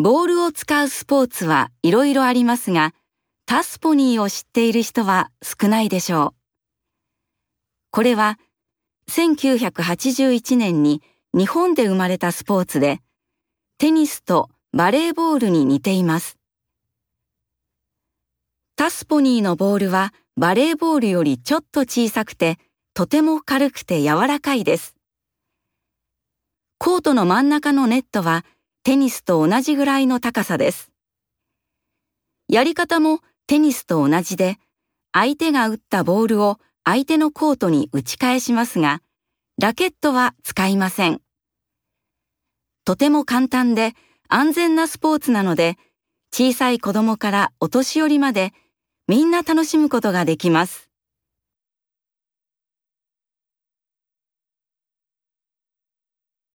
ボールを使うスポーツはいろいろありますが、タスポニーを知っている人は少ないでしょう。これは1981年に日本で生まれたスポーツで、テニスとバレーボールに似ています。タスポニーのボールはバレーボールよりちょっと小さくて、とても軽くて柔らかいです。コートの真ん中のネットはテニスと同じぐらいの高さです。やり方もテニスと同じで、相手が打ったボールを相手のコートに打ち返しますが、ラケットは使いません。とても簡単で安全なスポーツなので、小さい子供からお年寄りまでみんな楽しむことができます。